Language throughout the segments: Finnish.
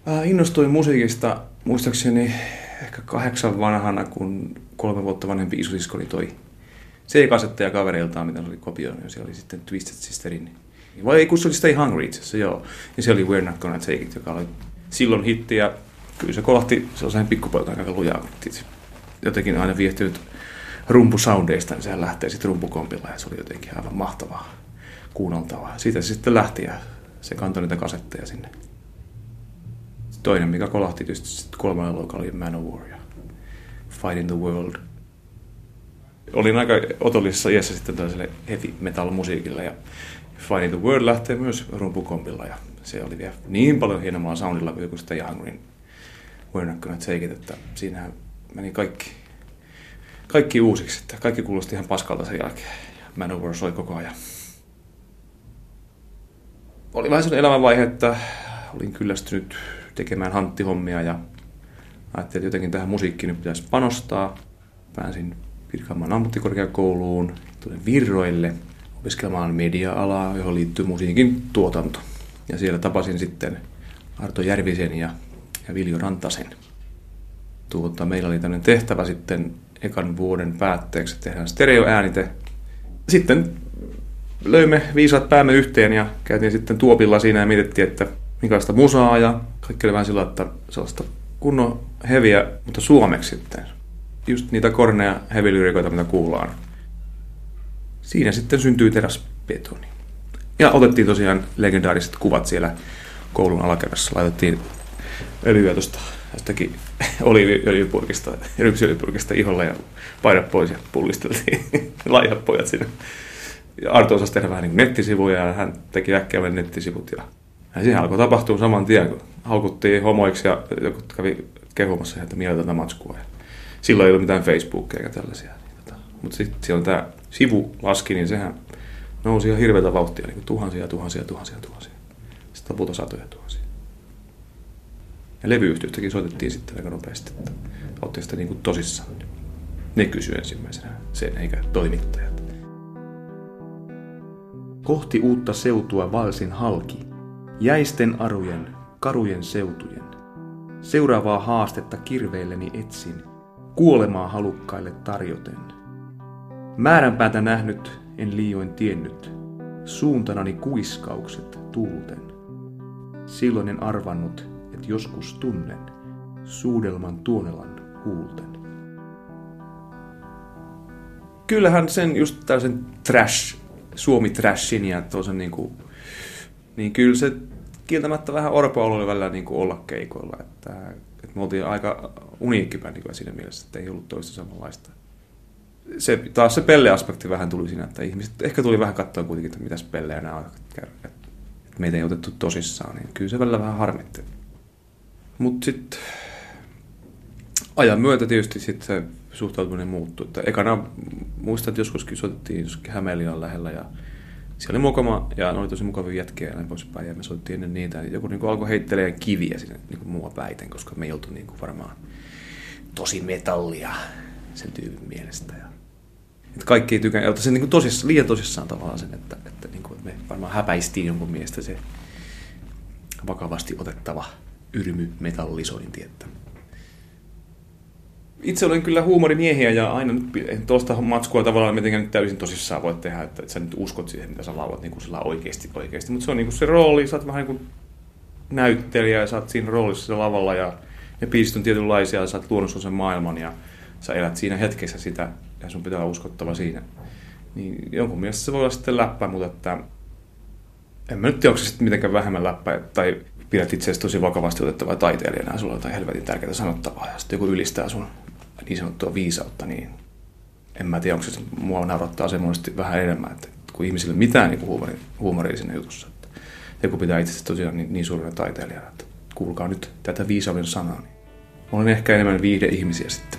Innostuin musiikista muistaakseni ehkä 8 vanhana, kun 3 vuotta vanhempi isosiskoni toi C-kasetteja kavereiltaan, mitä se oli kopioinut. Ja siellä oli sitten Twisted Sisterin. Vai ei, kun se oli Stay Hungry itse asiassa, joo. Ja se oli We're Not Gonna Take It, joka oli silloin hitti. Ja kyllä se kolahti sellaisen pikkupoikaan aika lujaa. Jotenkin aina viehtynyt rumpusoundeista, niin sehän lähtee sitten rumpukompilla. Ja se oli jotenkin aivan mahtavaa kuunneltavaa. Siitä se sitten lähti ja se kantoi niitä kasetteja sinne. Toinen, mikä kolahti tietysti 3. luokalla, oli Manowar ja Fighting the World. Olin aika otollisessa iässä sitten tällaiselle heavy metal musiikilla ja Fighting the World lähtee myös rumpukompilla ja se oli vielä niin paljon hienommalla soundilla kuin joku sitä Youngryn We're Not Gonna Take It, että siinähän meni kaikki uusiksi, että kaikki kuulosti ihan paskalta sen jälkeen ja Manowar soi koko ajan. Oli vähän sellainen elämänvaihe, että olin kyllästynyt tekemään hanttihommia ja ajattelin, että jotenkin tähän musiikkiin nyt pitäisi panostaa. Pääsin Pirkanmaan ammattikorkeakouluun, tulin Virroille opiskelemaan media-alaa, johon liittyy musiikin tuotanto. Ja siellä tapasin sitten Arto Järvisen ja Viljo Rantasen. Meillä oli tämmöinen tehtävä sitten ekan vuoden päätteeksi, että tehdään stereoäänite. Sitten löimme viisaat päämme yhteen ja käytiin sitten tuopilla siinä ja mietittiin, että minkälaista musaa ja kaikki oli vähän sillä, että sellaista kunnon heviä, mutta suomeksi sitten. Just niitä korneja heavy-lyrikoita, mitä kuullaan. Siinä sitten syntyi Teräsbetoni. Ja otettiin tosiaan legendaariset kuvat siellä koulun alakerrassa. Laitettiin öljyä tuosta jostakin oliiviöljypurkista, rypsiöljypurkista iholle ja paidat pois ja pullisteltiin laihat pojat sinne. Ja Arto osasi tehdä vähän niin kuin nettisivuja ja hän teki äkkiä nettisivut. Ja siihen alkoi tapahtua saman tien, kun haukuttiin homoiksi ja joku kävi kehumassa että mieletöntä matskua. Ja silloin ei ollut mitään Facebookia eikä tällaisia. Mutta sitten siellä tämä sivu laski, niin sehän nousi ihan hirveätä vauhtia, niin tuhansia. Sitten lopulta satoja tuhansia. Ja levyyhtiöstäkin soitettiin sitten aika nopeasti, että otti sitä niin kuin tosissaan. Ne kysyi ensimmäisenä sen, eikä toimittajat. Kohti uutta seutua valsin halki, jäisten arujen, karujen seutujen. Seuraavaa haastetta kirveilleni etsin, kuolemaa halukkaille tarjoten. Määränpäätä nähnyt, en liioin tiennyt, suuntanani kuiskaukset tuulten. Silloin en arvannut, et joskus tunnen suudelman tuonelan huulten. Kyllähän sen just tällaisen suomi-trashin ja toisen niin kyllä se kieltämättä vähän orpo oli välillä niin kuin olla keikoilla. Että me oltiin aika uniikki bändi siinä mielessä, että ei ollut toista samanlaista. Taas se pelle-aspekti vähän tuli siinä, että ihmiset ehkä tuli vähän katsoa kuitenkin, että mitäs pellejä nämä on, että meitä ei otettu tosissaan, niin kyllä se välillä vähän harmitti. Mutta sitten ajan myötä tietysti sit se suhtautuminen muuttui. Että ekana muistan, että joskus soitettiin Hämeenlinnan lähellä ja siellä oli mukava ja ne oli tosi mukavia jätkiä ja näin poispäin ja me soittiin ennen niitä. Joku niin alkoi heittelemään kiviä sinne niin mua päiten, koska me ei oltu niin varmaan tosi metallia sen tyypin mielestä. Että kaikki ei tykää, ottaa sen niin liian tosissaan tavallaan sen, että niin kuin me varmaan häpäistiin jonkun mielestä se vakavasti otettava yrmy-metallisointi. Että itse olen kyllä huumorimiehiä ja aina nyt tuosta matskua tavallaan mitenkään nyt täysin tosissaan voit tehdä, että sä nyt uskot siihen, mitä sä laulat niin kuin sillä oikeasti. Mutta se on niin kuin se rooli, sä oot vähän niin kuin näyttelijä ja sä oot siinä roolissa siellä lavalla ja ne biisit on tietynlaisia ja sä oot luonut sen maailman ja sä elät siinä hetkessä sitä ja sun pitää olla uskottava siinä. Niin jonkun mielestä se voi olla sitten läppä, mutta että en mä nyt tiedä, onko se sitten mitenkään vähemmän läppä tai pidät itseäsi tosi vakavasti otettavaa taiteilijana ja sulla on jotain helvetin tärkeää sanottavaa ja sitten joku ylistää sun niin sanottua viisautta, niin en mä tiedä, onko se mua naurattaa semmoisesti vähän enemmän, että kun ihmisille mitään niin huumoria siinä jutussa. Että joku pitää itseäsi tosiaan niin suurena taiteilijana, että kuulkaa nyt tätä viisauden sanaa. Niin olen ehkä enemmän viihde-ihmisiä sitten.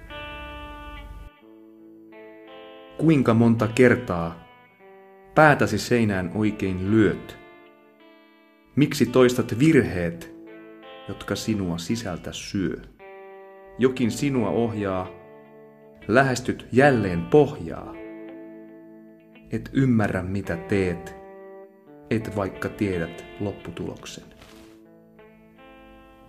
Kuinka monta kertaa päätäsi seinään oikein lyöt? Miksi toistat virheet, jotka sinua sisältä syö? Jokin sinua ohjaa, lähestyt jälleen pohjaa. Et ymmärrä mitä teet, et vaikka tiedät lopputuloksen.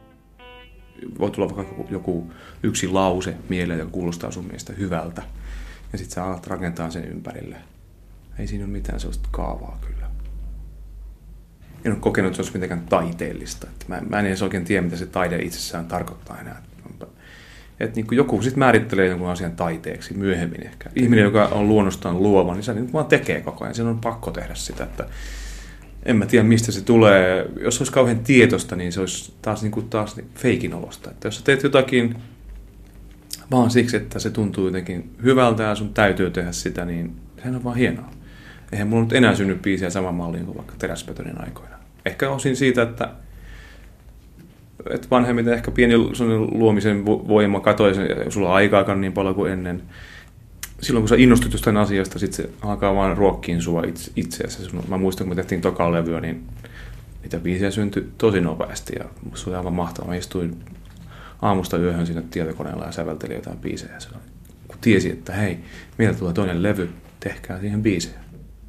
voi tulla vaikka joku yksi lause mieleen, joka kuulostaa sun mielestä hyvältä. Ja sitten sä alat rakentaa sen ympärille. Ei siinä ole mitään sellaista kaavaa kyllä. En ole kokenut, että se olisi mitenkään taiteellista. Mä en edes oikein tiedä, mitä se taide itsessään tarkoittaa enää. Että niin joku sitten määrittelee jonkun asian taiteeksi myöhemmin ehkä. Ihminen, joka on luonnostaan luova, niin se niin vaan tekee koko ajan. Sen on pakko tehdä sitä. Että en mä tiedä, mistä se tulee. Jos se olisi kauhean tietosta, niin se olisi taas feikin olosta. Että jos sä teet jotakin vaan siksi, että se tuntuu jotenkin hyvältä ja sun täytyy tehdä sitä, niin sehän on vaan hienoa. Eihän mulla nyt enää synny biisiä saman malliin kuin vaikka Teräsbetonin aikoina. Ehkä osin siitä, että vanhemmiten ehkä pieni luomisen voima katoisi, sulla on aikaakaan niin paljon kuin ennen. Silloin kun sä innostut jostain asiasta, sit se alkaa vaan ruokkiin sua itseäsi. Mä muistan, kun me tehtiin tokaa levyä, niin niitä biisejä syntyi tosi nopeasti ja se oli aivan mahtavaa. Mä istuin aamusta yöhön siinä tietokoneella ja säveltelin jotain biisejä. Kun tiesi, että hei, meiltä tulee toinen levy, tehkää siihen biisejä.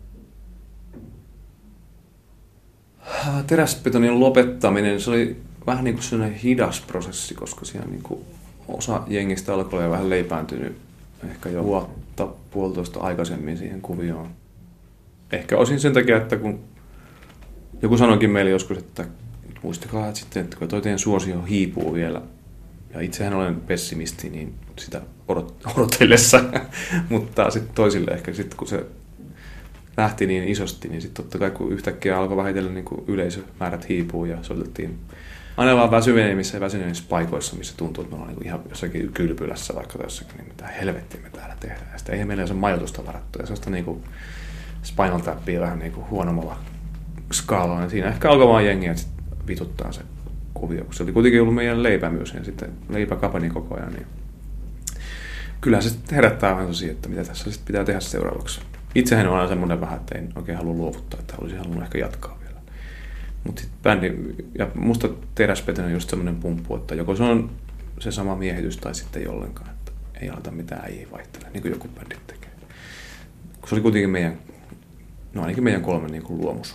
Teräsbetonin lopettaminen, se oli vähän niin kuin sellainen hidas prosessi, koska siinä niin kuin osa jengistä alkoi olla vähän leipääntynyt ehkä jo vuotta puolitoista aikaisemmin siihen kuvioon. Ehkä osin sen takia, että kun joku sanoikin meille joskus, että muistakaa, että sitten, että kun toi teidän suosio hiipuu vielä, ja itsehän olen pessimisti, niin sitä odotellessa, mutta sitten toisille ehkä sitten kun se lähti niin isosti, niin sitten totta kai kun yhtäkkiä alkoi vähitellen niin kuin yleisömäärät hiipuu ja soitettiin aina vaan väsyneimmissä ja väsyneimmissä paikoissa, missä tuntuu, että me ollaan niin ihan jossakin kylpylässä vaikka jossakin, niin mitä helvettiä me täällä tehdään. Ja sitten eihän meillä ole majoitusta varattu ja sellaista niin kuin Spinal Tapia vähän niin kuin huonommalla skaalalla. Ja siinä ehkä alkoi vaan jengiä, että vituttaa se kuvio, kun se oli kuitenkin ollut meidän leipä myös ja sitten leipä kapani koko ajan. Niin kyllähän se sitten herättää vähän tosiaan, että mitä tässä sitten pitää tehdä seuraavaksi. Itsehän on aina semmoinen vähän, että en oikein halua luovuttaa, että olisin halunnut ehkä jatkaa vielä. Mutta sitten bändi, ja musta Teräsbetonin on just semmoinen pumppu, että joko se on se sama miehitys tai sitten ei ollenkaan, että ei aleta mitään äijä vaihtele, niin kuin joku bändi tekee. Se oli kuitenkin ainakin meidän 3 niin kuin luomus.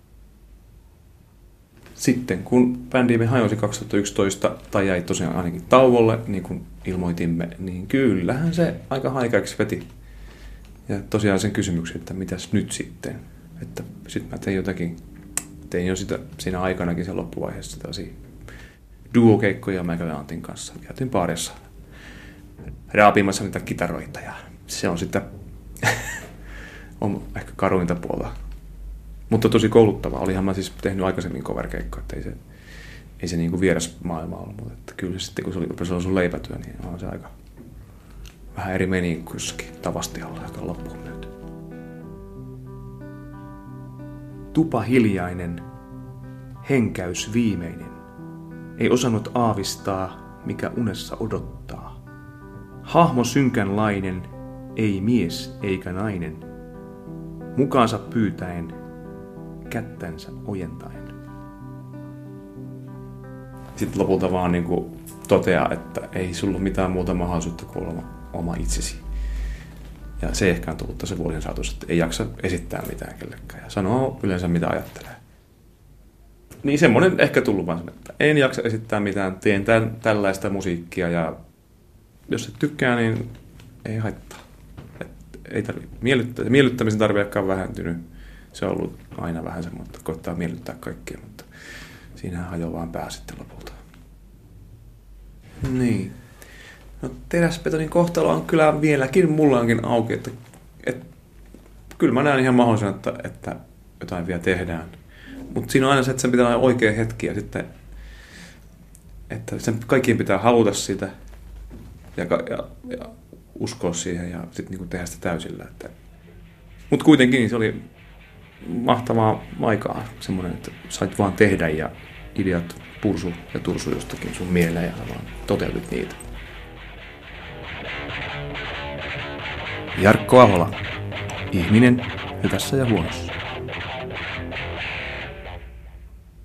Sitten kun bändimme hajosi 2011 tai jäi tosiaan ainakin tauolle, niin kuin ilmoitimme, niin kyllähän se aika haikaiksi veti. Ja tosiaan sen kysymyksen, että mitäs nyt sitten. Että sitten mä tein jo sitä siinä aikanakin sen loppuvaiheessa tällaisia duokeikkoja Mäkelän Antin kanssa. Käytiin baarissa raapimassa niitä kitaroita ja se on sitten on ehkä karuinta puolta. Mutta tosi kouluttavaa. Olihan mä siis tehnyt aikaisemmin coverkeikkoja, että ei se niin kuin vieras maailma ollut. Mutta että kyllä sitten kun se on sun leipätyö, niin on se aika vähän eri meni kuin jossakin Tavastialla, joka on loppuun myyty. Tupa hiljainen, henkäys viimeinen. Ei osannut aavistaa, mikä unessa odottaa. Hahmo synkänlainen, ei mies eikä nainen. Mukaansa pyytäen, kättänsä ojentaen. Sitten lopulta vaan niin kuin toteaa, että ei sulla ole mitään muuta mahdollisuutta kuin olla oma itsesi. Ja se ehkä on tullut tässä vuosien saatossa, että ei jaksa esittää mitään kellekään ja sanoo yleensä mitä ajattelee. Niin semmoinen ehkä tullut vaan, että en jaksa esittää mitään, teen tällaista musiikkia ja jos et tykkää, niin ei haittaa. Ei tarvitse miellyttämisen tarve ehkä on vähentynyt. Se on ollut aina vähän semmoinen, että koittaa miellyttää kaikkia, mutta siinähän hajoaa vaan pää sitten lopulta. Niin. No Teräsbetonin kohtalo on kyllä vieläkin mullaankin auki, että kyllä mä näen ihan mahdollisena, että jotain vielä tehdään. Mutta siinä on aina se, että sen pitää olla oikea hetki ja sitten, että sen kaikkien pitää haluta sitä ja uskoa siihen ja sitten niinku tehdä sitä täysillä. Mutta kuitenkin se oli mahtavaa aikaa, semmoinen, että sait vaan tehdä ja ideat pursu ja tursu jostakin sun mieleen ja vaan toteutit niitä. Jarkko Ahola. Ihminen hyvässä ja huonossa.